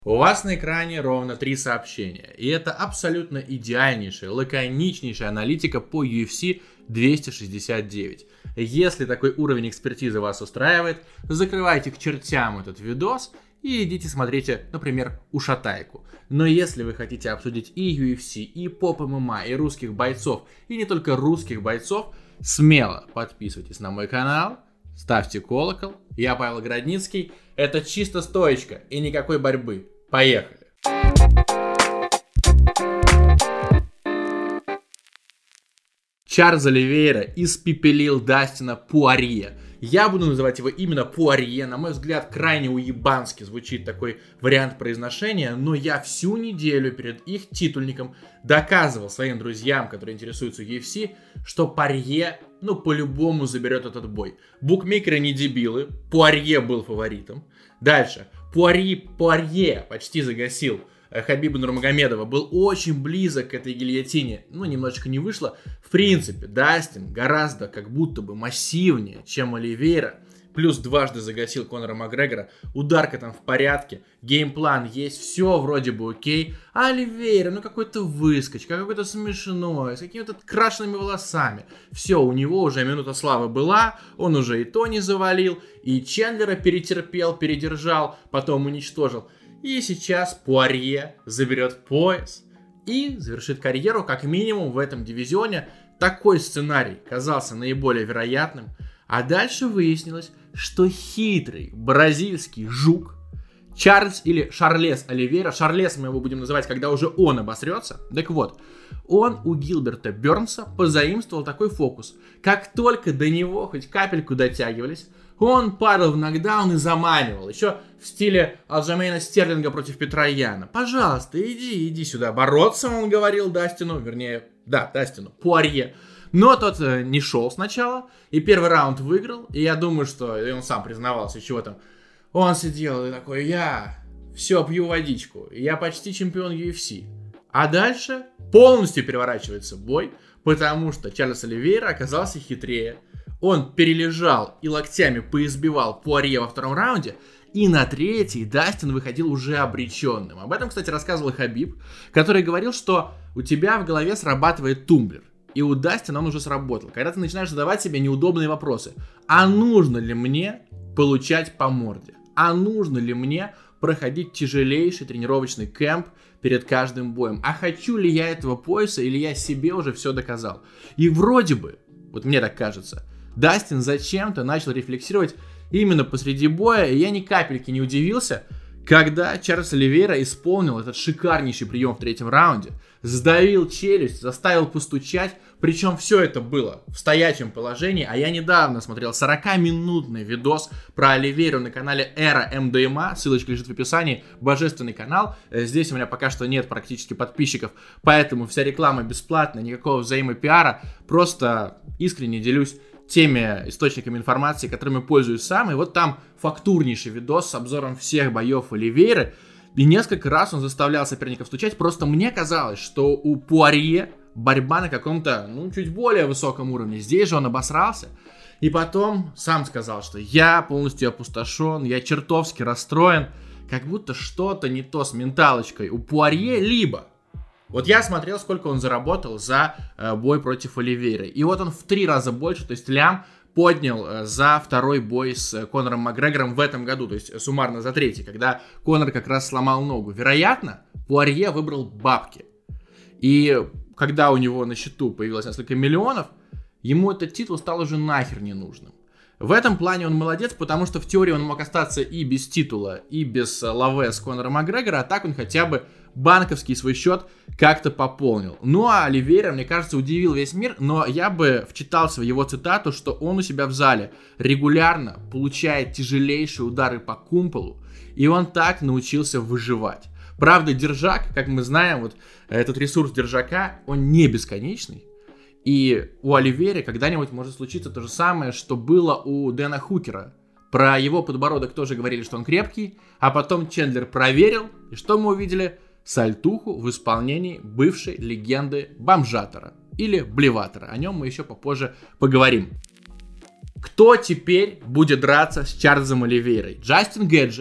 У вас на экране ровно 3 сообщения, и это абсолютно идеальнейшая, лаконичнейшая аналитика по UFC 269. Если такой уровень экспертизы вас устраивает, закрывайте к чертям этот видос и идите смотрите, например, Ушатайку. Но если вы хотите обсудить и UFC, и поп-ММА, и русских бойцов, и не только русских бойцов, смело подписывайтесь на мой канал, ставьте колокол. Я Павел Городницкий. Это чисто стоечка и никакой борьбы. Поехали! Чарльз Оливейра испепелил Дастина Пуарье. Я буду называть его именно Пуарье. На мой взгляд, крайне уебански звучит такой вариант произношения, но я всю неделю перед их титульником доказывал своим друзьям, которые интересуются UFC, что Пуарье, по-любому заберет этот бой. Букмекеры не дебилы, Пуарье был фаворитом. Дальше. Пуарье почти загасил Хабиба Нурмагомедова, был очень близок к этой гильотине, немножечко не вышло. В принципе, Дастин гораздо как будто бы массивнее, чем Оливейра, плюс дважды загасил Конора Макгрегора, ударка там в порядке, геймплан есть, все вроде бы окей, а Оливейра, какой-то выскочка, какой-то смешной, с какими-то крашенными волосами, все, у него уже минута славы была, он уже и Тони завалил, и Чендлера передержал, потом уничтожил. И сейчас Пуарье заберет пояс и завершит карьеру, как минимум в этом дивизионе. Такой сценарий казался наиболее вероятным. А дальше выяснилось, что хитрый бразильский жук Чарльз или Шарлес Оливейра, Шарлес мы его будем называть, когда уже он обосрется. Так вот, он у Гилберта Бернса позаимствовал такой фокус. Как только до него хоть капельку дотягивались, он падал в нокдаун и заманивал. Еще в стиле Алджамейна Стерлинга против Петра Яна. Пожалуйста, иди сюда бороться, он говорил Дастину, Дастину, Пуарье. Но тот не шел сначала, и первый раунд выиграл, и я думаю, что, и он сам признавался, чего там, он сидел и такой, я все пью водичку, я почти чемпион UFC. А дальше полностью переворачивается бой, потому что Чарльз Оливейра оказался хитрее. Он перележал и локтями поизбивал Пуарье во втором раунде, и на третий Дастин выходил уже обреченным. Об этом, кстати, рассказывал и Хабиб, который говорил, что у тебя в голове срабатывает тумблер. И у Дастина он уже сработал. Когда ты начинаешь задавать себе неудобные вопросы. А нужно ли мне получать по морде? А нужно ли мне проходить тяжелейший тренировочный кэмп перед каждым боем? А хочу ли я этого пояса, или я себе уже все доказал? И вроде бы, вот мне так кажется, Дастин зачем-то начал рефлексировать именно посреди боя, и я ни капельки не удивился, когда Чарльз Оливейра исполнил этот шикарнейший прием в третьем раунде, сдавил челюсть, заставил постучать, причем все это было в стоячем положении, а я недавно смотрел 40-минутный видос про Оливейру на канале Эра МДМА, ссылочка лежит в описании, божественный канал, здесь у меня пока что нет практически подписчиков, поэтому вся реклама бесплатная, никакого взаимопиара, просто искренне делюсь теми источниками информации, которыми пользуюсь сам, и вот там фактурнейший видос с обзором всех боев Оливейры, и несколько раз он заставлял соперников стучать, просто мне казалось, что у Пуарье борьба на каком-то, чуть более высоком уровне, здесь же он обосрался, и потом сам сказал, что я полностью опустошен, я чертовски расстроен, как будто что-то не то с менталочкой у Пуарье, либо... Вот я смотрел, сколько он заработал за бой против Оливейры. И вот он в 3 раза больше, то есть лям поднял за второй бой с Конором Макгрегором в этом году. То есть суммарно за третий, когда Конор как раз сломал ногу. Вероятно, Пуарье выбрал бабки. И когда у него на счету появилось несколько миллионов, ему этот титул стал уже нахер не нужным. В этом плане он молодец, потому что в теории он мог остаться и без титула, и без лаве с Конором Макгрегора, а так он хотя бы банковский свой счет как-то пополнил. Ну а Оливейра, мне кажется, удивил весь мир, но я бы вчитался в его цитату, что он у себя в зале регулярно получает тяжелейшие удары по кумполу, и он так научился выживать. Правда, держак, как мы знаем, вот этот ресурс держака, он не бесконечный. И у Оливейры когда-нибудь может случиться то же самое, что было у Дэна Хукера. Про его подбородок тоже говорили, что он крепкий, а потом Чендлер проверил, и что мы увидели? Сальтуху в исполнении бывшей легенды бомжатора или блеватора. О нем мы еще попозже поговорим. Кто теперь будет драться с Чарльзом Оливейрой? Джастин Геджи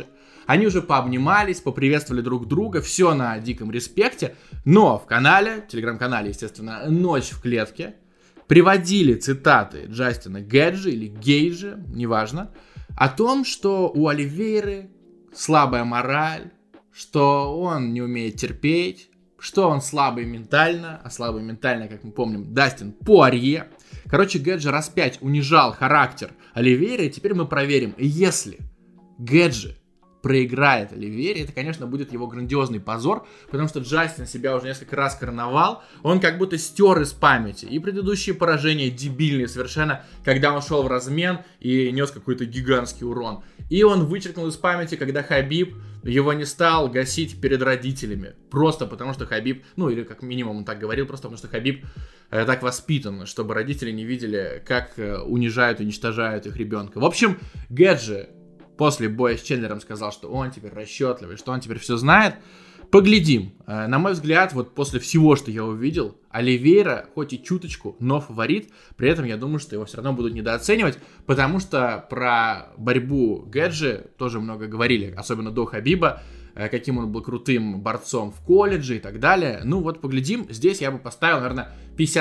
Они уже пообнимались, поприветствовали друг друга, все на диком респекте. Но в канале, телеграм-канале, естественно, «Ночь в клетке», приводили цитаты Джастина Геджи или Гейджи, неважно, о том, что у Оливейры слабая мораль, что он не умеет терпеть, что он слабый ментально, а слабый ментально, как мы помним, Дастин Пуарье. Короче, Геджи раз 5 унижал характер Оливейры, и теперь мы проверим, если Геджи проиграет Оливейре, это, конечно, будет его грандиозный позор, потому что Джастин себя уже несколько раз короновал, он как будто стер из памяти и предыдущие поражения дебильные совершенно, когда он шел в размен и нес какой-то гигантский урон, и он вычеркнул из памяти, когда Хабиб его не стал гасить перед родителями, просто потому что Хабиб, ну или как минимум он так говорил, просто потому что Хабиб так воспитан, чтобы родители не видели, как унижают и уничтожают их ребенка. В общем, Геджи после боя с Чендлером сказал, что он теперь расчетливый, что он теперь все знает. Поглядим. На мой взгляд, вот после всего, что я увидел, Оливейра хоть и чуточку, но фаворит. При этом я думаю, что его все равно будут недооценивать, потому что про борьбу Геджи тоже много говорили, особенно до Хабиба, каким он был крутым борцом в колледже и так далее. Ну вот поглядим. Здесь я бы поставил, наверное,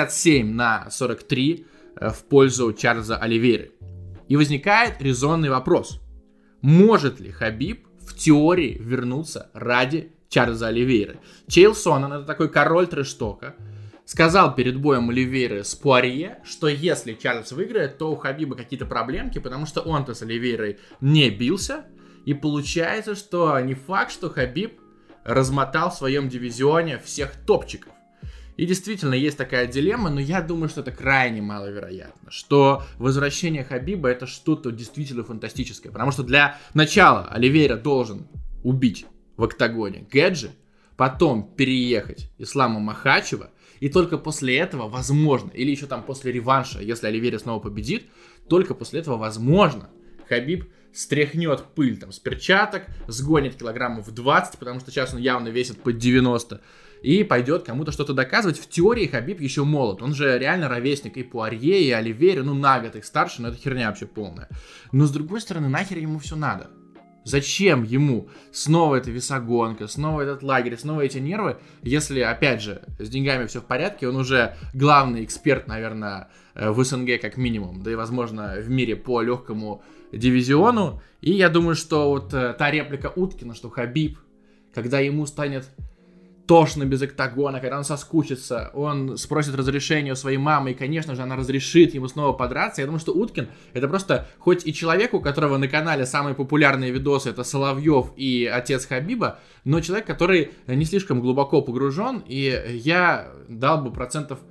57-43 в пользу Чарльза Оливейры. И возникает резонный вопрос. Может ли Хабиб в теории вернуться ради Чарльза Оливейры? Чейл Соннен, это такой король трэш-тока, сказал перед боем Оливейры с Пуарье, что если Чарльз выиграет, то у Хабиба какие-то проблемки, потому что он-то с Оливейрой не бился. И получается, что не факт, что Хабиб размотал в своем дивизионе всех топчиков. И действительно есть такая дилемма, но я думаю, что это крайне маловероятно, что возвращение Хабиба это что-то действительно фантастическое, потому что для начала Оливейра должен убить в октагоне Геджи, потом переехать Ислама Махачева, и только после этого возможно, или еще там после реванша, если Оливейра снова победит, только после этого возможно Хабиб стряхнет пыль там с перчаток, сгонит килограммов 20, потому что сейчас он явно весит под 90, и пойдет кому-то что-то доказывать. В теории Хабиб еще молод. Он же реально ровесник и Пуарье, и Оливейре. Ну, на год их старше, но это херня вообще полная. Но, с другой стороны, нахер ему все надо? Зачем ему снова эта весогонка, снова этот лагерь, снова эти нервы, если, опять же, с деньгами все в порядке, он уже главный эксперт, наверное, в СНГ как минимум, да и, возможно, в мире по легкому дивизиону. И я думаю, что вот та реплика Уткина, что Хабиб, когда ему станет тошно без октагона, когда он соскучится, он спросит разрешения у своей мамы, и, конечно же, она разрешит ему снова подраться. Я думаю, что Уткин это просто, хоть и человек, у которого на канале самые популярные видосы это Соловьев и отец Хабиба, но человек, который не слишком глубоко погружен, и я дал бы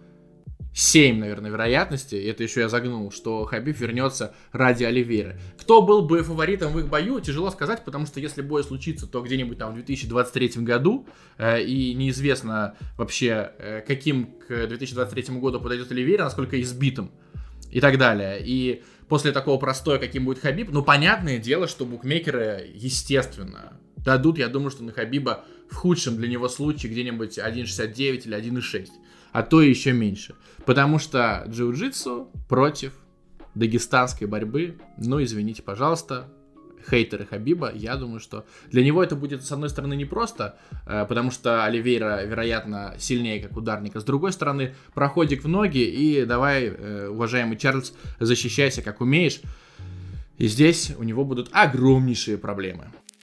7%, наверное, вероятности, и это еще я загнул, что Хабиб вернется ради Оливейры. Кто был бы фаворитом в их бою, тяжело сказать, потому что если бой случится, то где-нибудь там в 2023 году, и неизвестно вообще, каким к 2023 году подойдет Оливейра, насколько избитым и так далее. И после такого простоя, каким будет Хабиб, ну, понятное дело, что букмекеры, естественно, дадут, я думаю, что на Хабиба в худшем для него случае где-нибудь 1.69 или 1.6. А то и еще меньше. Потому что джиу-джитсу против дагестанской борьбы, ну, извините, пожалуйста, хейтеры Хабиба, я думаю, что для него это будет, с одной стороны, непросто, потому что Оливейра, вероятно, сильнее как ударника. С другой стороны, проходик в ноги, и давай, уважаемый Чарльз, защищайся как умеешь. И здесь у него будут огромнейшие проблемы.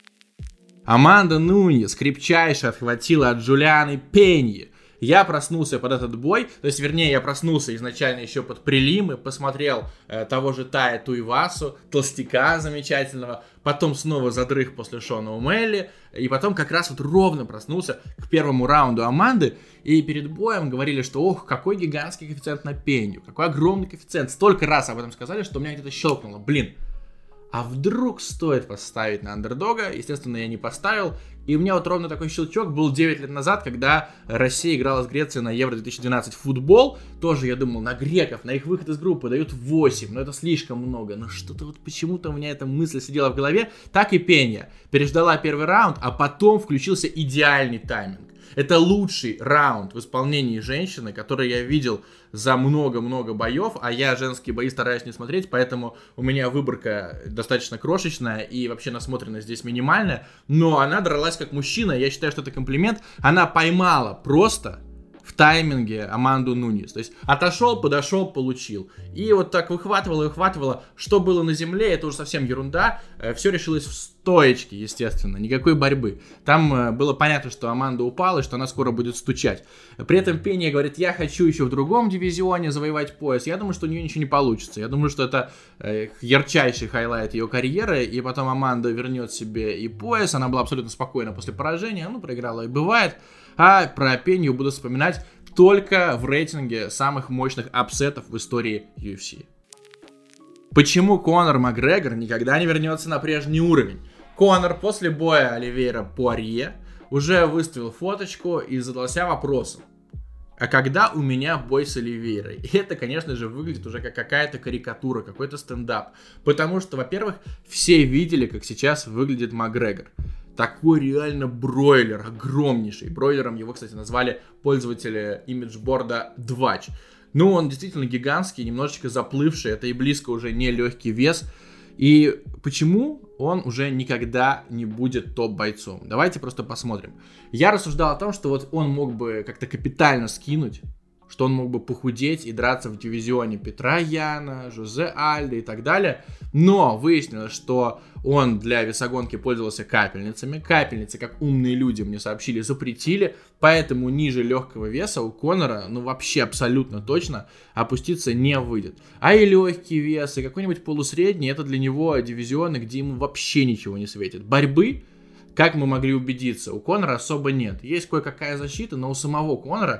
Аманда Нуньес крепчайше отхватила от Джулианы Пеньи. Я проснулся под этот бой, то есть, вернее, я проснулся изначально еще под прилимы, посмотрел того же Тая Туивасу, толстяка замечательного, потом снова задрых после Шона Умелли, и потом как раз вот ровно проснулся к первому раунду Аманды, и перед боем говорили, что ох, какой гигантский коэффициент на Пенью, какой огромный коэффициент, столько раз об этом сказали, что у меня где-то щелкнуло, блин. А вдруг стоит поставить на андердога? Естественно, я не поставил. И у меня вот ровно такой щелчок был 9 лет назад, когда Россия играла с Грецией на Евро-2012 в футбол. Тоже я думал, на греков, на их выход из группы дают 8. Но это слишком много. Но что-то вот почему-то у меня эта мысль сидела в голове. Так и Пенья переждала первый раунд, а потом включился идеальный тайминг. Это лучший раунд в исполнении женщины, который я видел за много-много боев, а я женские бои стараюсь не смотреть, поэтому у меня выборка достаточно крошечная и вообще насмотренность здесь минимальная, но она дралась как мужчина, я считаю, что это комплимент. Она поймала просто в тайминге Аманду Нуньес. То есть отошел, подошел, получил. И вот так выхватывала. Что было на земле, это уже совсем ерунда. Все решилось в стоечке, естественно. Никакой борьбы. Там было понятно, что Аманда упала и что она скоро будет стучать. При этом Пенья говорит, я хочу еще в другом дивизионе завоевать пояс. Я думаю, что у нее ничего не получится. Я думаю, что это ярчайший хайлайт ее карьеры. И потом Аманда вернет себе и пояс. Она была абсолютно спокойна после поражения. Ну, проиграла и бывает. А про Пенью буду вспоминать только в рейтинге самых мощных апсетов в истории UFC. Почему Конор Макгрегор никогда не вернется на прежний уровень? Конор после боя Оливейра Пуарье уже выставил фоточку и задался вопросом: а когда у меня бой с Оливейрой? И это, конечно же, выглядит уже как какая-то карикатура, какой-то стендап. Потому что, во-первых, все видели, как сейчас выглядит Макгрегор. Такой реально бройлер, огромнейший. Бройлером его, кстати, назвали пользователи имиджборда Двач. Ну, он действительно гигантский, немножечко заплывший. Это и близко уже не легкий вес. И почему он уже никогда не будет топ-бойцом? Давайте просто посмотрим. Я рассуждал о том, что вот он мог бы как-то капитально скинуть, что он мог бы похудеть и драться в дивизионе Петра Яна, Жозе Альдо и так далее. Но выяснилось, что он для весогонки пользовался капельницами. Капельницы, как умные люди мне сообщили, запретили. Поэтому ниже легкого веса у Конора, ну вообще абсолютно точно, опуститься не выйдет. А и легкий вес, и какой-нибудь полусредний, это для него дивизионы, где ему вообще ничего не светит. Борьбы, как мы могли убедиться, у Конора особо нет. Есть кое-какая защита, но у самого Конора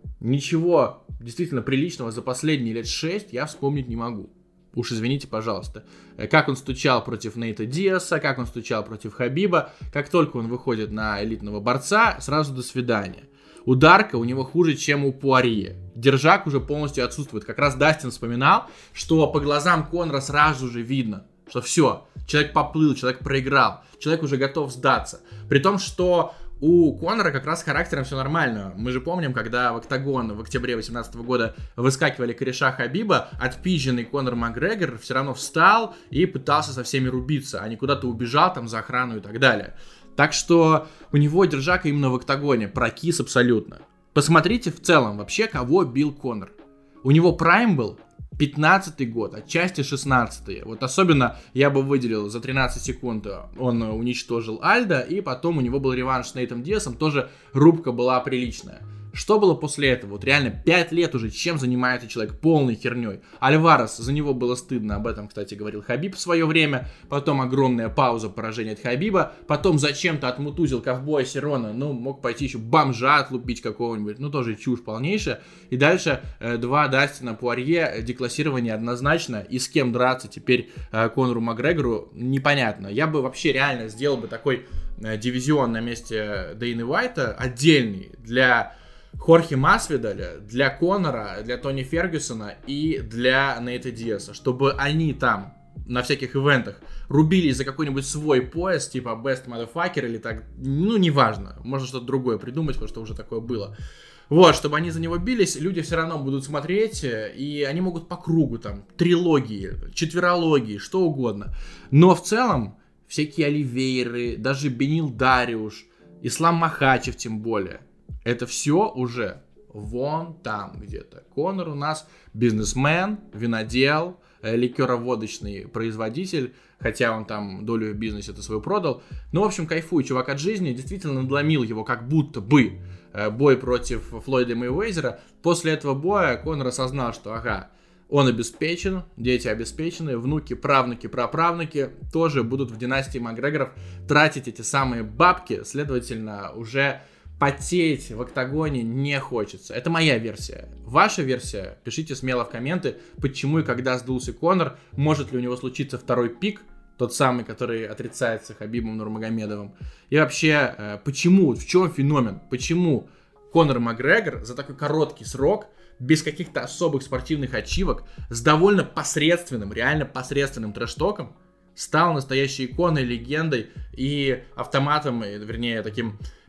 ничего действительно приличного за последние лет 6 я вспомнить не могу. Уж извините, пожалуйста. Как он стучал против Нейта Диаса, как он стучал против Хабиба. Как только он выходит на элитного борца, сразу до свидания. Ударка у него хуже, чем у Пуарье. Держак уже полностью отсутствует. Как раз Дастин вспоминал, что по глазам Конора сразу же видно, что все, человек поплыл, человек проиграл, человек уже готов сдаться. При том, что у Конора как раз с характером все нормально. Мы же помним, когда в октагон в октябре 2018 года выскакивали кореша Хабиба, отпизженный Конор Макгрегор все равно встал и пытался со всеми рубиться, а не куда-то убежал там за охрану и так далее. Так что у него держака именно в октагоне, прокис абсолютно. Посмотрите в целом вообще, кого бил Конор. У него прайм был 15-й год, отчасти 16-й. Вот особенно я бы выделил за 13 секунд он уничтожил Альдо, и потом у него был реванш с Нейтом Диасом, тоже рубка была приличная. Что было после этого? Вот реально 5 лет уже чем занимается человек? Полной херней. Альварес, за него было стыдно, об этом, кстати, говорил Хабиб в свое время. Потом огромная пауза поражения от Хабиба. Потом зачем-то отмутузил ковбоя Серрона. Ну, мог пойти еще бомжа отлупить какого-нибудь. Ну, тоже чушь полнейшая. И дальше 2 Дастина Пуарье, деклассирование однозначно. И с кем драться теперь Конору Макгрегору, непонятно. Я бы вообще реально сделал бы такой дивизион на месте Дейны Уайта отдельный для Хорхе Масвидаля, для Конора, для Тони Фергюсона и для Нейта Диаса, чтобы они там на всяких ивентах рубились за какой-нибудь свой пояс, типа Best Motherfucker или так, ну неважно, можно что-то другое придумать, потому что уже такое было. Вот, чтобы они за него бились, люди все равно будут смотреть, и они могут по кругу, там, трилогии, четверологии, что угодно. Но в целом, всякие Оливейры, даже Бенил Дариуш, Ислам Махачев тем более, это все уже вон там где-то. Конор у нас бизнесмен, винодел, ликероводочный производитель, хотя он там долю в бизнесе-то свою продал. Ну, в общем, кайфует чувак от жизни, действительно надломил его как будто бы бой против Флойда Мейуэзера. После этого боя Конор осознал, что ага, он обеспечен, дети обеспечены, внуки, правнуки, праправнуки тоже будут в династии Макгрегоров тратить эти самые бабки, следовательно, уже потеть в октагоне не хочется. Это моя версия. Ваша версия? Пишите смело в комменты, почему и когда сдулся Конор, может ли у него случиться второй пик, тот самый, который отрицается Хабибом Нурмагомедовым. И вообще, почему, в чем феномен? Почему Конор Макгрегор за такой короткий срок, без каких-то особых спортивных ачивок, с довольно посредственным, реально посредственным трэш-током, стал настоящей иконой, легендой и автоматом, вернее, таким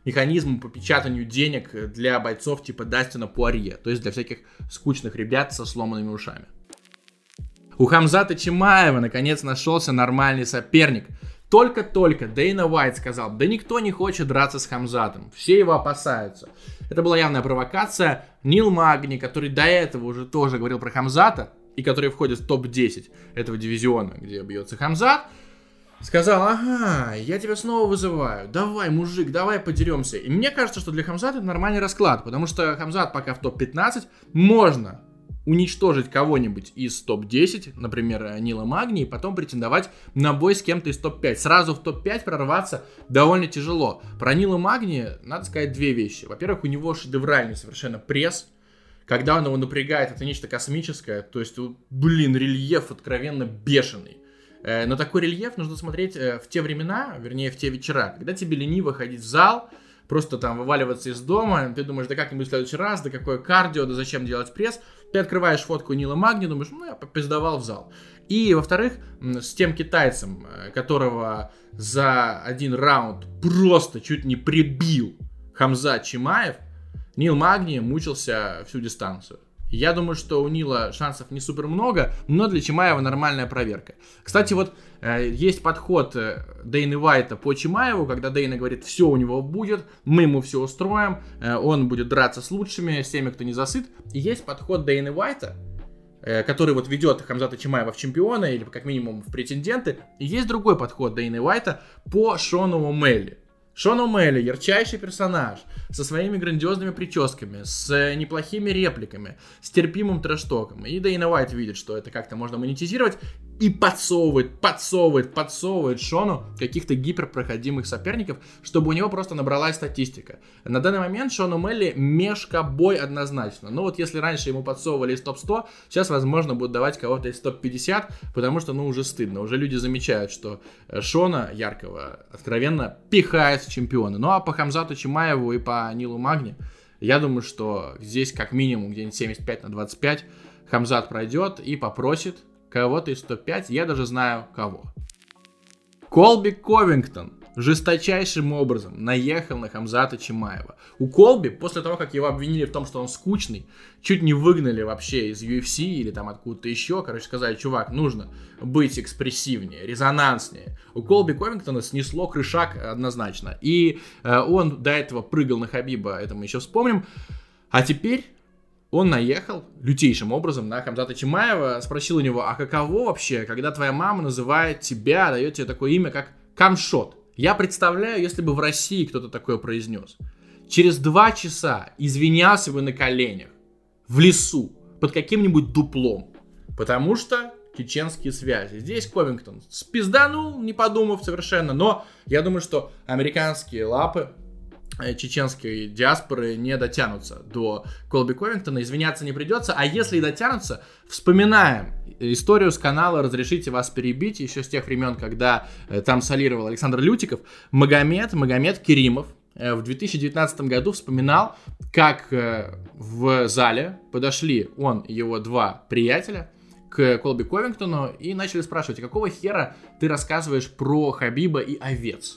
механизмом по печатанию денег для бойцов типа Дастина Пуарье, то есть для всяких скучных ребят со сломанными ушами. У Хамзата Чимаева наконец нашелся нормальный соперник. Только-только Дейна Уайт сказал: да никто не хочет драться с Хамзатом, все его опасаются. Это была явная провокация. Нил Магни, который до этого уже тоже говорил про Хамзата, и который входит в топ-10 этого дивизиона, где бьется Хамзат, сказал: ага, я тебя снова вызываю, давай, мужик, давай подеремся. И мне кажется, что для Хамзата это нормальный расклад, потому что Хамзат пока в топ-15, можно уничтожить кого-нибудь из топ-10, например, Нила Магни, и потом претендовать на бой с кем-то из топ-5. Сразу в топ-5 прорваться довольно тяжело. Про Нила Магни надо сказать две вещи. Во-первых, у него шедевральный совершенно пресс. Когда он его напрягает, это нечто космическое. То есть, рельеф откровенно бешеный. Но такой рельеф нужно смотреть в те времена, вернее, в те вечера, когда тебе лениво ходить в зал, просто там вываливаться из дома, ты думаешь, да как-нибудь в следующий раз, да какое кардио, да зачем делать пресс. Ты открываешь фотку Нила Магни, думаешь, я попиздовал в зал. И, во-вторых, с тем китайцем, которого за один раунд просто чуть не прибил Хамзат Чимаев, Нил Магни мучился всю дистанцию. Я думаю, что у Нила шансов не супер много, но для Чимаева нормальная проверка. Кстати, есть подход Дейны Уайта по Чимаеву, когда Дейна говорит: все у него будет, мы ему все устроим, он будет драться с лучшими, с теми, кто не засыт. И есть подход Дейны Уайта, который ведет Хамзата Чимаева в чемпионы или как минимум в претенденты. И есть другой подход Дейны Уайта по Шону О'Мелли. Шон О'Мелли, ярчайший персонаж, со своими грандиозными прическами, с неплохими репликами, с терпимым трэш-током. И Дейна Уайт видит, что это как-то можно монетизировать, и подсовывает Шону каких-то гиперпроходимых соперников, чтобы у него просто набралась статистика. На данный момент Шон О'Мелли мешкобой однозначно. Но если раньше ему подсовывали из топ-100, сейчас, возможно, будут давать кого-то из топ-50, потому что, уже стыдно. Уже люди замечают, что Шона яркого откровенно пихает в чемпионы. Ну, а по Хамзату Чимаеву и по Нилу Магни, я думаю, что здесь как минимум где-нибудь 75/25 Хамзат пройдет и попросит кого-то из топ-5, я даже знаю кого. Колби Ковингтон жесточайшим образом наехал на Хамзата Чимаева. У Колби, после того, как его обвинили в том, что он скучный, чуть не выгнали вообще из UFC или там откуда-то еще, сказали: чувак, нужно быть экспрессивнее, резонанснее. У Колби Ковингтона снесло крышак однозначно. И он до этого прыгал на Хабиба, это мы еще вспомним. А теперь он наехал лютейшим образом на Хамзата Чимаева, спросил у него: а каково вообще, когда твоя мама называет тебя, дает тебе такое имя, как Камшот? Я представляю, если бы в России кто-то такое произнес. Через 2 часа извинялся бы на коленях, в лесу, под каким-нибудь дуплом. Потому что чеченские связи. Здесь Ковингтон спизданул, не подумав совершенно, но я думаю, что американские лапы чеченской диаспоры не дотянутся до Колби Ковингтона, извиняться не придется, а если и дотянутся, вспоминаем историю с канала «Разрешите вас перебить», еще с тех времен, когда там солировал Александр Лютиков. Магомед Керимов в 2019 году вспоминал, как в зале подошли он и его 2 приятеля к Колби Ковингтону и начали спрашивать: какого хера ты рассказываешь про Хабиба и овец?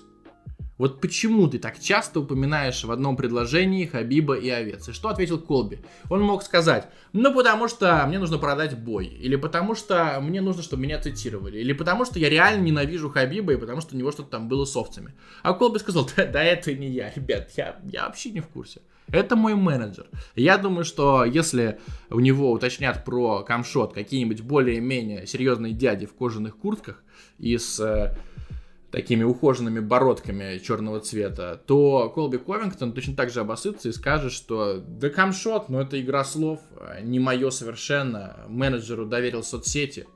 Почему ты так часто упоминаешь в одном предложении Хабиба и овец? И что ответил Колби? Он мог сказать: потому что мне нужно продать бой, или потому что мне нужно, чтобы меня цитировали, или потому что я реально ненавижу Хабиба, и потому что у него что-то там было с овцами. А Колби сказал: да это не я, ребят, я вообще не в курсе. Это мой менеджер. Я думаю, что если у него уточнят про Камшот какие-нибудь более-менее серьезные дяди в кожаных куртках и с такими ухоженными бородками черного цвета, то Колби Ковингтон точно так же обоссытся и скажет, что да Камшот, это игра слов, не мое совершенно, менеджеру доверил соцсети,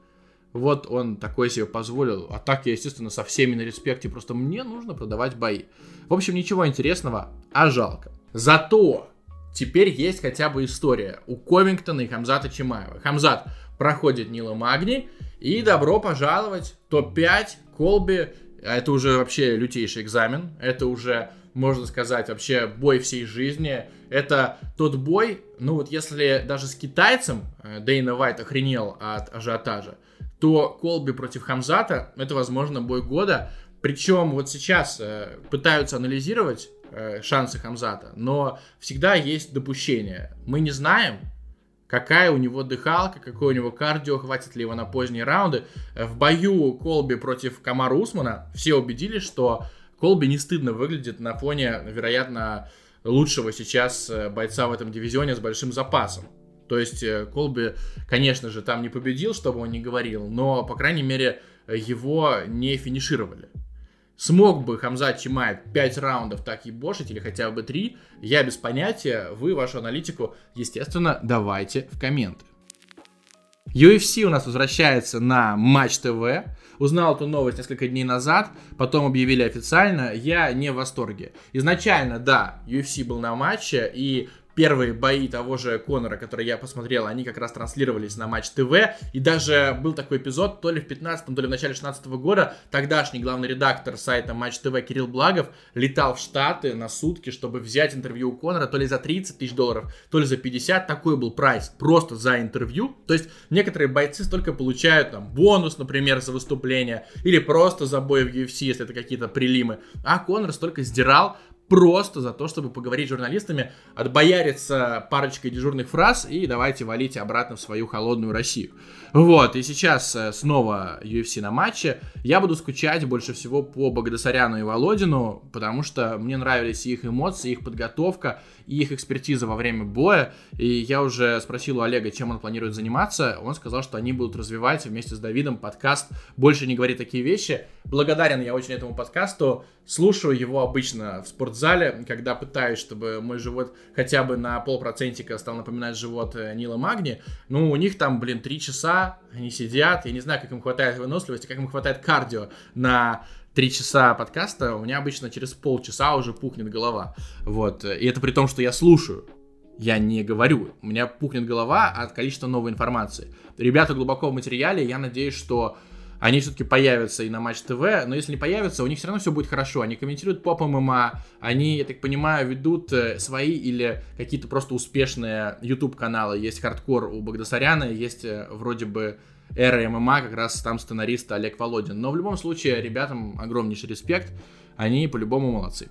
он такое себе позволил, а так я, естественно, со всеми на респекте, просто мне нужно продавать бои. В общем, ничего интересного, а жалко. Зато теперь есть хотя бы история у Ковингтона и Хамзата Чимаева. Хамзат проходит Нила Магни, и добро пожаловать, топ-5, Колби. Это уже вообще лютейший экзамен. Это уже, можно сказать, вообще бой всей жизни. Это тот бой, если даже с китайцем Дейна Уайт охренел от ажиотажа, то Колби против Хамзата — это, возможно, бой года. Причем вот сейчас пытаются анализировать шансы Хамзата, но всегда есть допущение. Мы не знаем, какая у него дыхалка, какое у него кардио, хватит ли его на поздние раунды. В бою Колби против Камара Усмана все убедились, что Колби не стыдно выглядит на фоне, вероятно, лучшего сейчас бойца в этом дивизионе с большим запасом. То есть Колби, конечно же, там не победил, чтобы он не говорил, но, по крайней мере, его не финишировали. Смог бы Хамзат Чимаев 5 раундов так ебошить, или хотя бы 3, я без понятия. Вы вашу аналитику, естественно, давайте в комменты. UFC у нас возвращается на Матч ТВ. Узнал эту новость несколько дней назад, потом объявили официально. Я не в восторге. Изначально, да, UFC был на матче, и первые бои того же Конора, которые я посмотрел, они как раз транслировались на Матч ТВ. И даже был такой эпизод, то ли в 15-м, то ли в начале 16-го года. Тогдашний главный редактор сайта Матч ТВ Кирилл Благов летал в Штаты на сутки, чтобы взять интервью у Конора, то ли за $30 тысяч, то ли за 50. Такой был прайс просто за интервью. То есть некоторые бойцы столько получают там бонус, например, за выступление, или просто за бой в UFC, если это какие-то прилимы. А Конор столько сдирал просто за то, чтобы поговорить с журналистами, отбояриться парочкой дежурных фраз и давайте валить обратно в свою холодную Россию. Вот, и сейчас снова UFC на матче. Я буду скучать больше всего по Багдасаряну и Володину, потому что мне нравились их эмоции, их подготовка и их экспертиза во время боя. И я уже спросил у Олега, чем он планирует заниматься. Он сказал, что они будут развивать вместе с Давидом подкаст «Больше не говори такие вещи». Благодарен я очень этому подкасту. Слушаю его обычно в спортзале, когда пытаюсь, чтобы мой живот хотя бы на полпроцентика стал напоминать живот Нила Магни. Ну, у них там, 3 часа они сидят. Я не знаю, как им хватает выносливости, как им хватает кардио на 3 часа подкаста. У меня обычно через полчаса уже пухнет голова. Вот. И это при том, что я слушаю. Я не говорю. У меня пухнет голова от количества новой информации. Ребята глубоко в материале. Я надеюсь, что они все-таки появятся и на Матч ТВ, но если не появятся, у них все равно все будет хорошо. Они комментируют поп ММА, они, я так понимаю, ведут свои или какие-то просто успешные YouTube-каналы. Есть хардкор у Багдасаряна, есть вроде бы эра ММА, как раз там сценарист Олег Володин. Но в любом случае, ребятам огромнейший респект, они по-любому молодцы.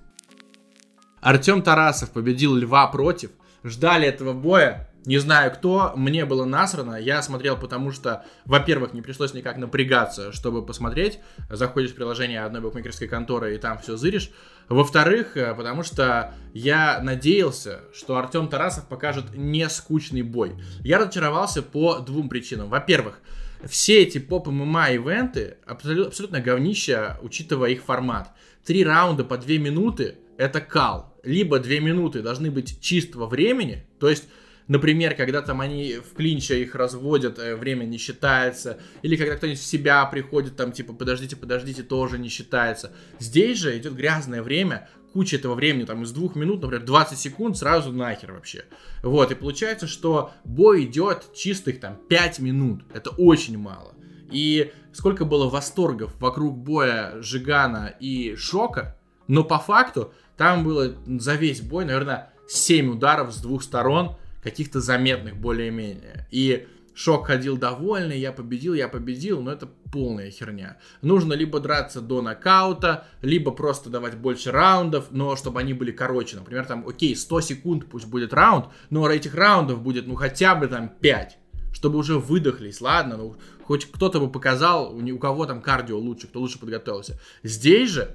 Артем Тарасов победил Льва Против. Ждали этого боя. Не знаю кто, мне было насрано, я смотрел, потому что, во-первых, не пришлось никак напрягаться, чтобы посмотреть, заходишь в приложение одной букмекерской конторы и там все зыришь. Во-вторых, потому что я надеялся, что Артем Тарасов покажет не скучный бой. Я разочаровался по 2 причинам. Во-первых, все эти поп-ММА ивенты абсолютно говнища, учитывая их формат. 3 раунда по 2 минуты это кал. Либо 2 минуты должны быть чистого времени, то есть, например, когда там они в клинче их разводят, время не считается. Или когда кто-нибудь в себя приходит, там типа подождите, тоже не считается. Здесь же идет грязное время, куча этого времени, там из 2 минут, например, 20 секунд сразу нахер вообще. Вот, и получается, что бой идет чистых там 5 минут. Это очень мало. И сколько было восторгов вокруг боя Жигана и Шока, но по факту там было за весь бой, наверное, 7 ударов с 2 сторон, каких-то заметных более-менее. И Шок ходил довольный, я победил, но это полная херня. Нужно либо драться до нокаута, либо просто давать больше раундов, но чтобы они были короче. Например, там, 100 секунд пусть будет раунд, но этих раундов будет, хотя бы там 5, чтобы уже выдохлись, ладно, хоть кто-то бы показал, у кого там кардио лучше, кто лучше подготовился. Здесь же,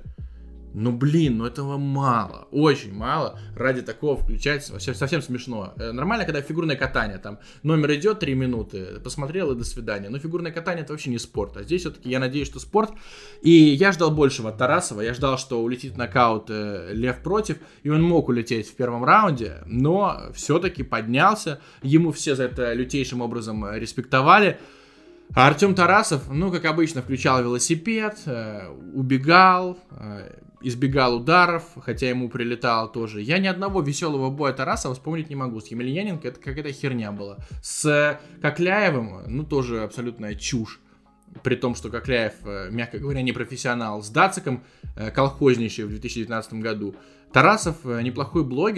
этого мало, очень мало, ради такого включать, совсем смешно. Нормально, когда фигурное катание, там номер идет 3 минуты, посмотрел и до свидания. Но фигурное катание это вообще не спорт, а здесь все-таки я надеюсь, что спорт. И я ждал большего от Тарасова, я ждал, что улетит нокаут Лев Против, и он мог улететь в первом раунде, но все-таки поднялся, ему все за это лютейшим образом респектовали. А Артем Тарасов, как обычно, включал велосипед, убегал, избегал ударов, хотя ему прилетало тоже. Я ни одного веселого боя Тарасова вспомнить не могу. С Емельяненко это какая-то херня была. С Кокляевым, тоже абсолютная чушь. При том, что Кокляев, мягко говоря, не профессионал. С Дациком колхознейший в 2019 году. Тарасов неплохой блогер,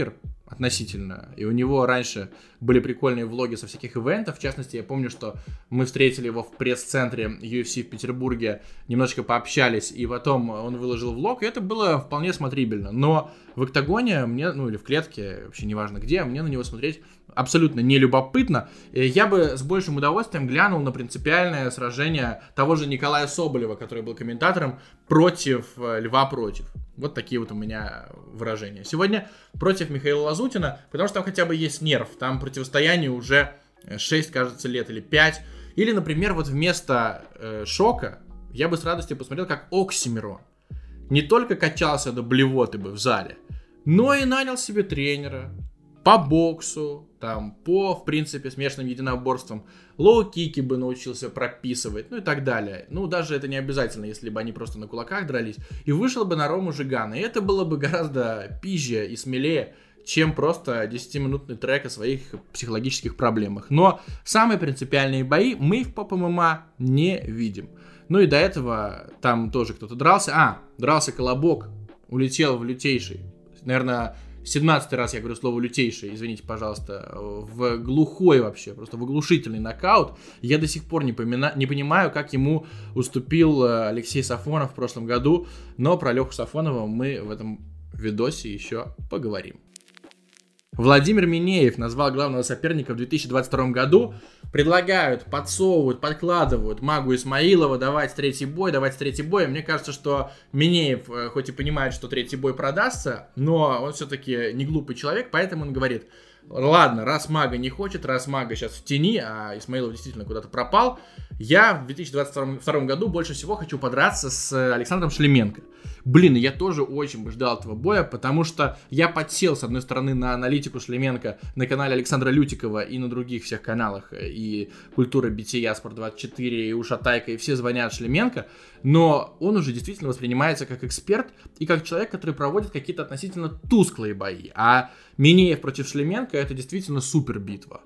относительно. И у него раньше были прикольные влоги со всяких ивентов. В частности, я помню, что мы встретили его в пресс-центре UFC в Петербурге, немножечко пообщались, и потом он выложил влог, и это было вполне смотрибельно. Но в октагоне мне, ну или в клетке, вообще неважно где, мне на него смотреть абсолютно не любопытно. Я бы с большим удовольствием глянул на принципиальное сражение того же Николая Соболева, который был комментатором, против Льва Против. Вот такие вот у меня выражения. Сегодня против Михаила Лазутина, потому что там хотя бы есть нерв. Там противостояние уже 6, кажется, лет или 5. Или, например, вот вместо Шока я бы с радостью посмотрел, как Оксимирон не только качался до блевоты бы в зале, но и нанял себе тренера по боксу, там, по, в принципе, смешанным единоборствам, лоу-кики бы научился прописывать, ну и так далее. Ну, даже это не обязательно, если бы они просто на кулаках дрались. И вышел бы на Рому Жигана. И это было бы гораздо пизже и смелее, чем просто 10-минутный трек о своих психологических проблемах. Но самые принципиальные бои мы в ПОП ММА не видим. Ну и до этого там тоже кто-то дрался. Дрался Колобок, улетел в лютейший. Наверное, 17-й раз я говорю слово лютейший, извините, пожалуйста, в глухой вообще, просто в оглушительный нокаут. Я до сих пор не понимаю, как ему уступил Алексей Сафонов в прошлом году, но про Леху Сафонова мы в этом видосе еще поговорим. Владимир Минеев назвал главного соперника в 2022 году. Предлагают, подсовывают, подкладывают Магу Исмаилова, давать третий бой. Мне кажется, что Минеев, хоть и понимает, что третий бой продастся, но он все-таки не глупый человек, поэтому он говорит: ладно, раз Мага не хочет, раз Мага сейчас в тени, а Исмаилов действительно куда-то пропал, я в 2022 году больше всего хочу подраться с Александром Шлеменко. Блин, я тоже очень бы ждал этого боя, потому что я подсел, с одной стороны, на аналитику Шлеменко на канале Александра Лютикова и на других всех каналах, и Культура Бития, Спорт24, и Ушатайка, и все звонят Шлеменко, но он уже действительно воспринимается как эксперт и как человек, который проводит какие-то относительно тусклые бои, а Минеев против Шлеменко — это действительно супер битва.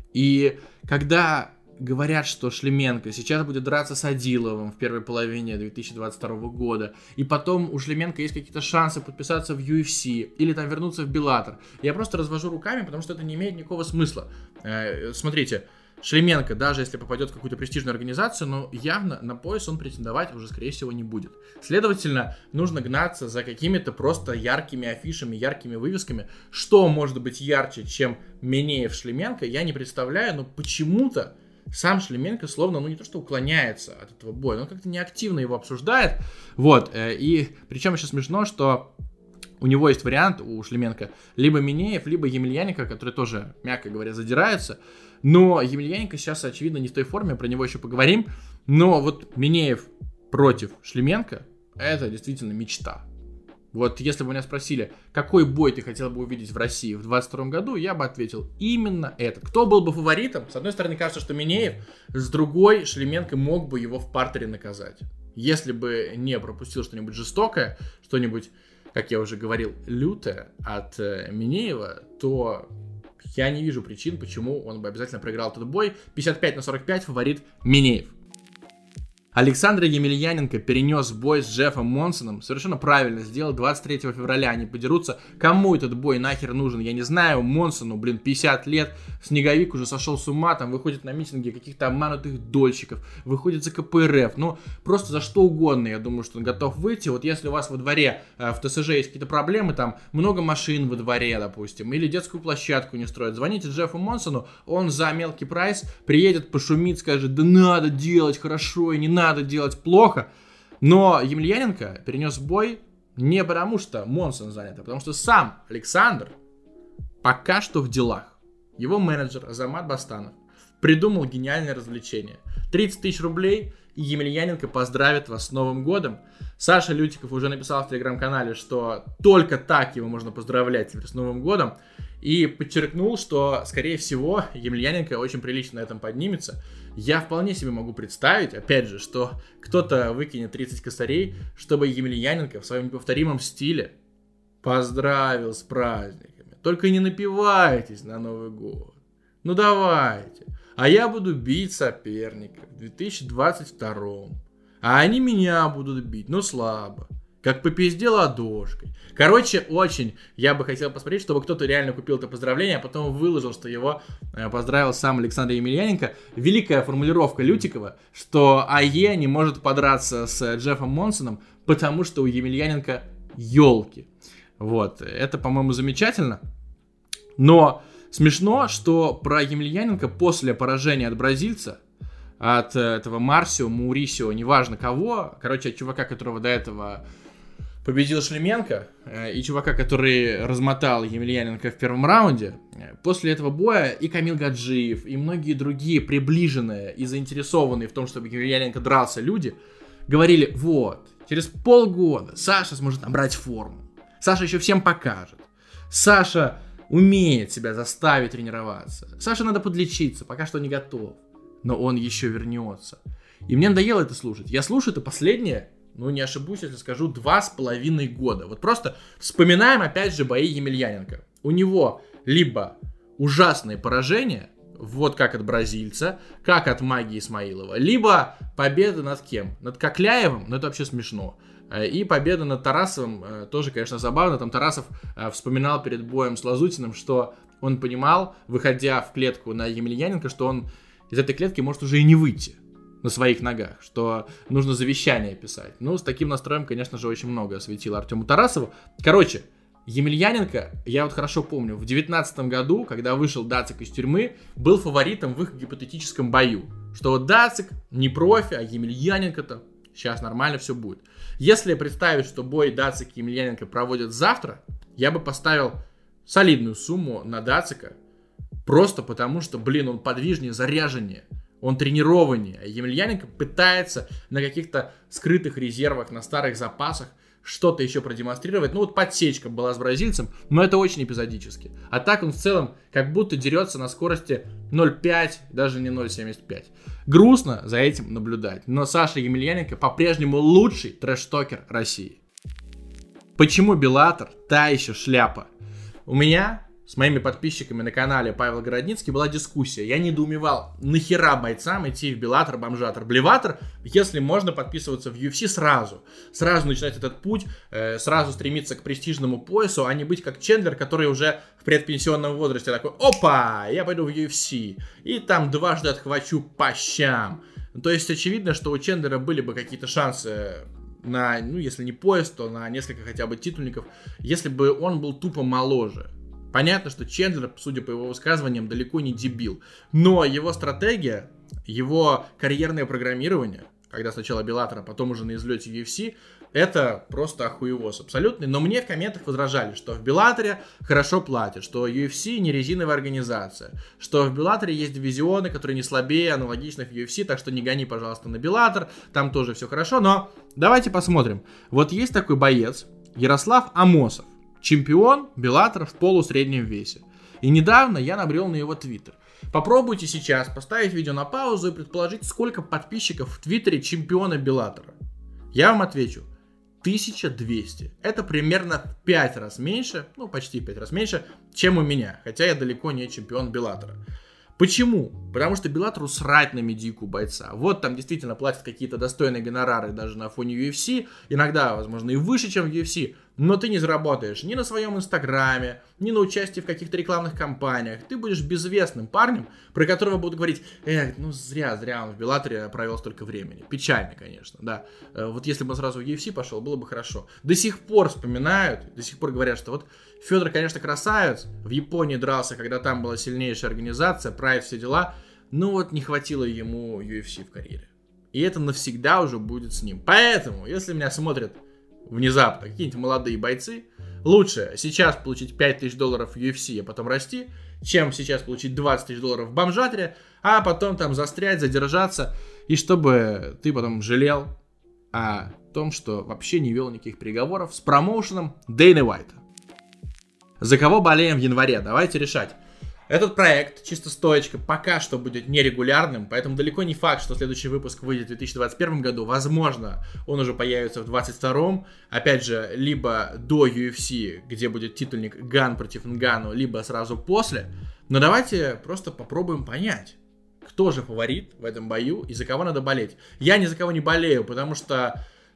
И когда говорят, что Шлеменко сейчас будет драться с Адиловым в первой половине 2022 года, и потом у Шлеменко есть какие-то шансы подписаться в UFC или там вернуться в Беллатор, я просто развожу руками, потому что это не имеет никакого смысла. Смотрите, Шлеменко, даже если попадет в какую-то престижную организацию, но явно на пояс он претендовать уже, скорее всего, не будет. Следовательно, нужно гнаться за какими-то просто яркими афишами, яркими вывесками. Что может быть ярче, чем Минеев Шлеменко, я не представляю, но почему-то сам Шлеменко словно, не то что уклоняется от этого боя, но как-то неактивно его обсуждает. Вот, и причем еще смешно, что у него есть вариант, у Шлеменко, либо Минеев, либо Емельяненко, который тоже, мягко говоря, задирается. Но Емельяненко сейчас, очевидно, не в той форме, про него еще поговорим. Но вот Минеев против Шлеменко — это действительно мечта. Вот если бы меня спросили, какой бой ты хотел бы увидеть в России в 2022 году, я бы ответил именно этот. Кто был бы фаворитом? С одной стороны, кажется, что Минеев, с другой, Шлеменко мог бы его в партере наказать. Если бы не пропустил что-нибудь жестокое, что-нибудь, как я уже говорил, лютое от Минеева, то я не вижу причин, почему он бы обязательно проиграл этот бой. 55-45 фаворит Минеев. Александр Емельяненко перенес бой с Джеффом Монсоном. Совершенно правильно сделал. 23 февраля они подерутся. Кому этот бой нахер нужен, я не знаю. Монсону, 50 лет. Снеговик уже сошел с ума. Там выходит на митинги каких-то обманутых дольщиков. Выходит за КПРФ. Просто за что угодно. Я думаю, что он готов выйти. Вот если у вас во дворе в ТСЖ есть какие-то проблемы, там много машин во дворе, допустим, или детскую площадку не строят, звоните Джеффу Монсону. Он за мелкий прайс приедет, пошумит, скажет: да надо делать хорошо и не надо делать плохо. Но Емельяненко перенес бой не потому, что Монсон занят, а потому что сам Александр пока что в делах. Его менеджер Азамат Бастанов придумал гениальное развлечение. 30 тысяч рублей, и Емельяненко поздравит вас с Новым годом. Саша Лютиков уже написал в телеграм-канале, что только так его можно поздравлять теперь с Новым годом. И подчеркнул, что, скорее всего, Емельяненко очень прилично на этом поднимется. Я вполне себе могу представить, опять же, что кто-то выкинет 30 косарей, чтобы Емельяненко в своем неповторимом стиле поздравил с праздниками. Только не напивайтесь на Новый год. Давайте. А я буду бить соперников в 2022. А они меня будут бить, но слабо. как попиздел ладошкой. Короче, очень я бы хотел посмотреть, чтобы кто-то реально купил это поздравление, а потом выложил, что его поздравил сам Александр Емельяненко. Великая формулировка Лютикова, что АЕ не может подраться с Джеффом Монсоном, потому что у Емельяненко елки. Вот, это, по-моему, замечательно. Но смешно, что про Емельяненко после поражения от бразильца, от этого Марсио, Маурисио, неважно кого, короче, от чувака, которого до этого победил Шлеменко, и чувака, который размотал Емельяненко в первом раунде, после этого боя и Камил Гаджиев, и многие другие приближенные и заинтересованные в том, чтобы Емельяненко дрался люди, говорили, вот, через полгода Саша сможет набрать форму, Саша еще всем покажет, Саша умеет себя заставить тренироваться, Саше надо подлечиться, пока что не готов, но он еще вернется. И мне надоело это слушать. Я слушаю это последнее, ну не ошибусь, если скажу, 2,5 года. Вот просто вспоминаем опять же бои Емельяненко. У него либо ужасные поражения, вот как от бразильца, как от Магии Исмаилова, либо победа над кем? Над Кокляевым, ну это вообще смешно. И победа над Тарасовым, тоже, конечно, забавно. Там Тарасов вспоминал перед боем с Лазутиным, что он понимал, выходя в клетку на Емельяненко, что он из этой клетки может уже и не выйти на своих ногах, что нужно завещание писать. Ну, с таким настроем, конечно же, очень много светило Артему Тарасову. Короче, Емельяненко, я вот хорошо помню, в 2019 году, когда вышел Дацик из тюрьмы, был фаворитом в их гипотетическом бою. Что вот Дацик не профи, а Емельяненко-то сейчас нормально все будет. Если представить, что бой Дацик и Емельяненко проводят завтра, я бы поставил солидную сумму на Дацика, просто потому что, блин, он подвижнее, заряженнее, он тренированнее. Емельяненко пытается на каких-то скрытых резервах, на старых запасах что-то еще продемонстрировать. Ну вот подсечка была с бразильцем, но это очень эпизодически. А так он в целом как будто дерется на скорости 0,5, даже не 0,75. Грустно за этим наблюдать. Но Саша Емельяненко по-прежнему лучший трэш-токер России. Почему Беллатор та еще шляпа? У меня с моими подписчиками на канале Павел Городницкий была дискуссия. Я недоумевал, нахера бойцам идти в Беллатор, Бомжатор, Блеватор, если можно подписываться в UFC сразу. Сразу начинать этот путь, сразу стремиться к престижному поясу, а не быть как Чендлер, который уже в предпенсионном возрасте такой, опа, я пойду в UFC. И там дважды отхвачу по щам. То есть очевидно, что у Чендлера были бы какие-то шансы на, ну если не пояс, то на несколько хотя бы титульников, если бы он был тупо моложе. Понятно, что Чендлер, судя по его высказываниям, далеко не дебил. Но его стратегия, его карьерное программирование, когда сначала Беллатор, а потом уже на излете UFC, это просто охуевоз абсолютный. Но мне в комментах возражали, что в Беллаторе хорошо платят, что UFC не резиновая организация, что в Беллаторе есть дивизионы, которые не слабее аналогичных UFC, так что не гони, пожалуйста, на Беллатор, там тоже все хорошо. Но давайте посмотрим. Вот есть такой боец, Ярослав Амосов. Чемпион Беллатора в полусреднем весе. И недавно я набрел на его твиттер. Попробуйте сейчас поставить видео на паузу и предположить, сколько подписчиков в твиттере чемпиона Беллатора. Я вам отвечу. 1200. Это примерно в 5 раз меньше, ну почти в 5 раз меньше, чем у меня. Хотя я далеко не чемпион Беллатора. Почему? Потому что Беллатору срать на медийку бойца. Вот там действительно платят какие-то достойные гонорары даже на фоне UFC. Иногда, возможно, и выше, чем в UFC. Но ты не заработаешь ни на своем инстаграме, ни на участии в каких-то рекламных кампаниях. Ты будешь безвестным парнем, про которого будут говорить, ну зря он в Беллаторе провел столько времени. Печально, конечно, да. Вот если бы он сразу в UFC пошел, было бы хорошо. До сих пор вспоминают, до сих пор говорят, что вот Федор, конечно, красавец. В Японии дрался, когда там была сильнейшая организация, прайд, все дела. Но вот не хватило ему UFC в карьере. И это навсегда уже будет с ним. Поэтому, если меня смотрят внезапно какие-нибудь молодые бойцы, лучше сейчас получить $5000 в UFC, а потом расти, чем сейчас получить $20 000 в Бомжаторе, а потом там застрять, задержаться, и чтобы ты потом жалел о том, что вообще не вел никаких переговоров с промоушеном Дэйна Уайта. За кого болеем в январе? Давайте решать. Этот проект, чисто стоечка, пока что будет нерегулярным, поэтому далеко не факт, что следующий выпуск выйдет в 2021 году. Возможно, он уже появится в 2022. Опять же, либо до UFC, где будет титульник Ган против Нгану, либо сразу после. Но давайте просто попробуем понять, кто же фаворит в этом бою и за кого надо болеть. Я ни за кого не болею, потому что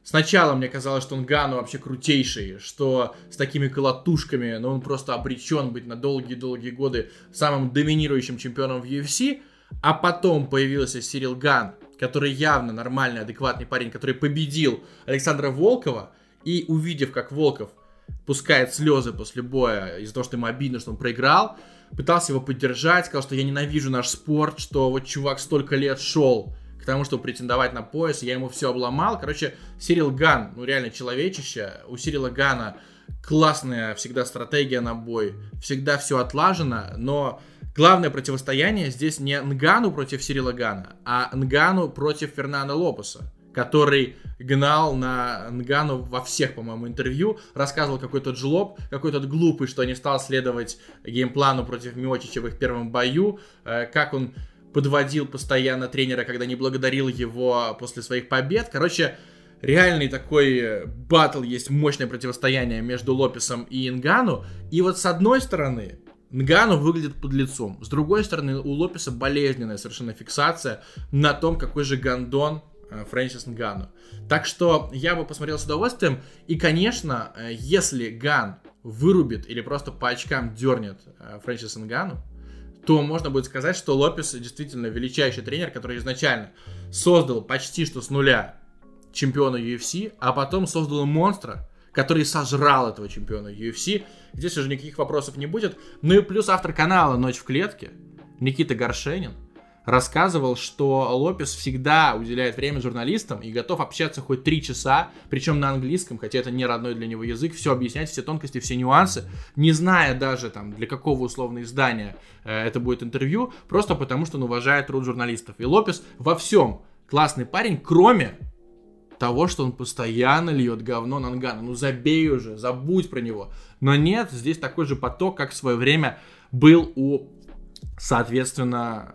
Сначала мне казалось, что Нганну вообще крутейший, что с такими колотушками, но он просто обречен быть на долгие-долгие годы самым доминирующим чемпионом в UFC. А потом появился Сирил Ган, который явно нормальный, адекватный парень, который победил Александра Волкова. И увидев, как Волков пускает слезы после боя из-за того, что ему обидно, что он проиграл, пытался его поддержать, сказал, что я ненавижу наш спорт, что вот чувак столько лет шел к тому, чтобы претендовать на пояс, я ему все обломал. Короче, Сирил Ган, ну реально человечище. У Сирила Гана классная всегда стратегия на бой, всегда все отлажено, но главное противостояние здесь не Нгану против Сирила Гана, а Нгану против Фернандо Лопеса, который гнал на Нгану во всех, по-моему, интервью, рассказывал, какой тот жлоб, какой тот глупый, что не стал следовать геймплану против Миочича в их первом бою, как он подводил постоянно тренера, когда не благодарил его после своих побед. Короче, реальный такой баттл, есть мощное противостояние между Лопесом и Нгану. И вот с одной стороны, Нгану выглядит подлецом, с другой стороны, у Лопеса болезненная совершенно фиксация на том, какой же гандон Фрэнсис Нгану. Так что я бы посмотрел с удовольствием. И, конечно, если Ган вырубит или просто по очкам дернет Фрэнсиса Нгану, то можно будет сказать, что Лопес действительно величайший тренер, который изначально создал почти что с нуля чемпиона UFC, а потом создал монстра, который сожрал этого чемпиона UFC. Здесь уже никаких вопросов не будет. Ну и плюс автор канала «Ночь в клетке» Никита Горшенин рассказывал, что Лопес всегда уделяет время журналистам и готов общаться хоть 3 часа, причем на английском, хотя это не родной для него язык, все объяснять, все тонкости, все нюансы, не зная даже там для какого условного издания это будет интервью, просто потому что он уважает труд журналистов. И Лопес во всем классный парень, кроме того, что он постоянно льет говно на Нгану. Ну забей уже, забудь про него. Но нет, здесь такой же поток, как в свое время был у, соответственно,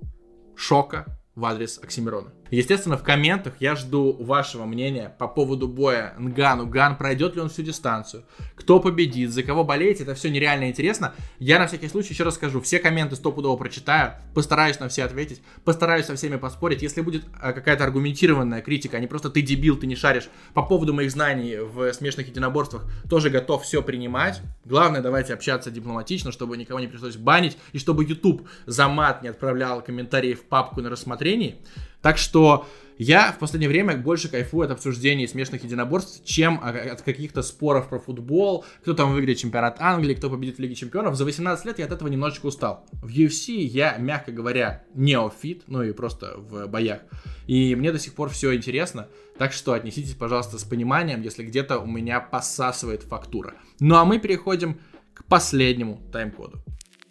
Шока в адрес Оксимирона. Естественно, в комментах я жду вашего мнения по поводу боя Нгану. Ган, пройдет ли он всю дистанцию? Кто победит? За кого болеете? Это все нереально интересно. Я на всякий случай еще раз скажу. Все комменты стопудово прочитаю. Постараюсь на все ответить. Постараюсь со всеми поспорить. Если будет какая-то аргументированная критика, а не просто ты дебил, ты не шаришь, по поводу моих знаний в смешанных единоборствах, тоже готов все принимать. Главное, давайте общаться дипломатично, чтобы никого не пришлось банить. И чтобы YouTube за мат не отправлял комментарии в папку на рассмотрении. Так что я в последнее время больше кайфую от обсуждений смешанных единоборств, чем от каких-то споров про футбол, кто там выиграет чемпионат Англии, кто победит в Лиге Чемпионов. За 18 лет я от этого немножечко устал. В UFC я, мягко говоря, неофит, ну и просто в боях. И мне до сих пор все интересно, так что отнеситесь, пожалуйста, с пониманием, если где-то у меня посасывает фактура. Ну а мы переходим к последнему тайм-коду.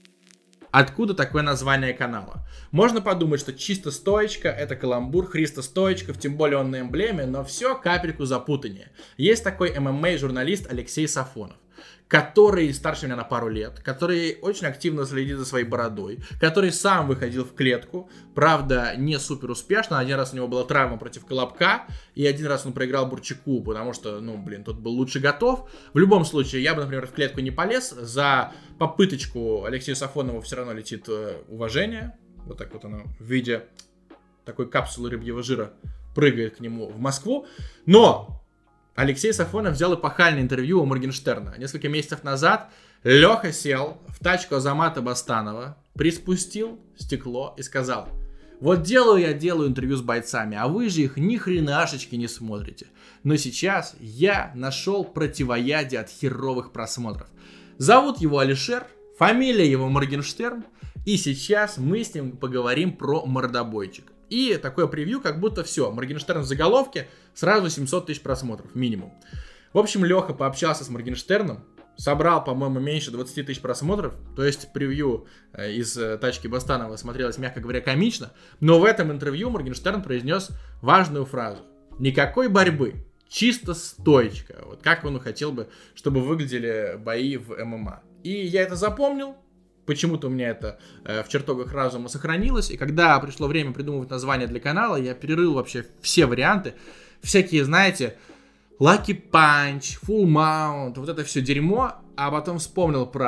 Откуда такое название канала? Можно подумать, что чисто стоечка, это каламбур, Христо Стоечков, тем более он на эмблеме, но все капельку запутаннее. Есть такой ММА-журналист Алексей Сафонов, который старше меня на пару лет, который очень активно следит за своей бородой, который сам выходил в клетку, правда, не супер успешно. Один раз у него была травма против Колобка, и один раз он проиграл Бурчаку, потому что, тот был лучше готов. В любом случае, я бы, например, в клетку не полез. За попыточку Алексею Сафонову все равно летит уважение. Вот так вот оно в виде такой капсулы рыбьего жира прыгает к нему в Москву. Но Алексей Сафонов взял эпохальное интервью у Моргенштерна. Несколько месяцев назад Леха сел в тачку Азамата Бастанова, приспустил стекло и сказал: вот делаю интервью с бойцами, а вы же их ни хренашечки не смотрите. Но сейчас я нашел противоядие от херовых просмотров. Зовут его Алишер, фамилия его Моргенштерн, и сейчас мы с ним поговорим про мордобойчик. И такое превью, как будто все, Моргенштерн в заголовке, сразу 700 тысяч просмотров, минимум. В общем, Леха пообщался с Моргенштерном, собрал, по-моему, меньше 20 тысяч просмотров, то есть превью из тачки Бастанова смотрелось, мягко говоря, комично, но в этом интервью Моргенштерн произнес важную фразу: никакой борьбы, чисто стоечка. Вот как он хотел бы, чтобы выглядели бои в ММА. И я это запомнил. Почему-то у меня это в чертогах разума сохранилось. И когда пришло время придумывать название для канала, я перерыл вообще все варианты. Всякие, знаете, Lucky Punch, Full Mount, вот это все дерьмо. А потом вспомнил про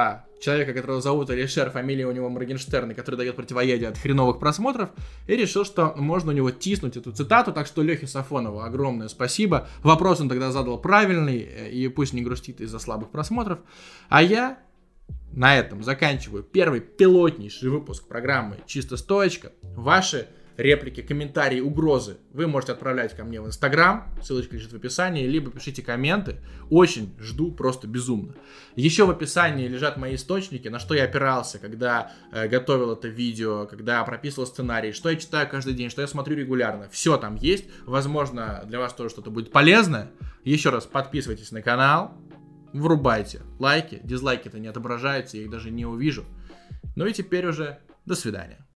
человека, которого зовут Алишер, фамилия у него Моргенштерн, и который дает противоядие от хреновых просмотров, и решил, что можно у него тиснуть эту цитату, так что Лехе Сафонову огромное спасибо. Вопрос он тогда задал правильный, и пусть не грустит из-за слабых просмотров. А я на этом заканчиваю первый пилотнейший выпуск программы «Чисто стоечка». Ваши реплики, комментарии, угрозы вы можете отправлять ко мне в Инстаграм, ссылочка лежит в описании, либо пишите комменты, очень жду, просто безумно. Еще в описании лежат мои источники, на что я опирался, когда готовил это видео, когда прописывал сценарий, что я читаю каждый день, что я смотрю регулярно, все там есть, возможно, для вас тоже что-то будет полезное. Еще раз подписывайтесь на канал, врубайте лайки, дизлайки-то не отображаются, я их даже не увижу. Ну и теперь уже до свидания.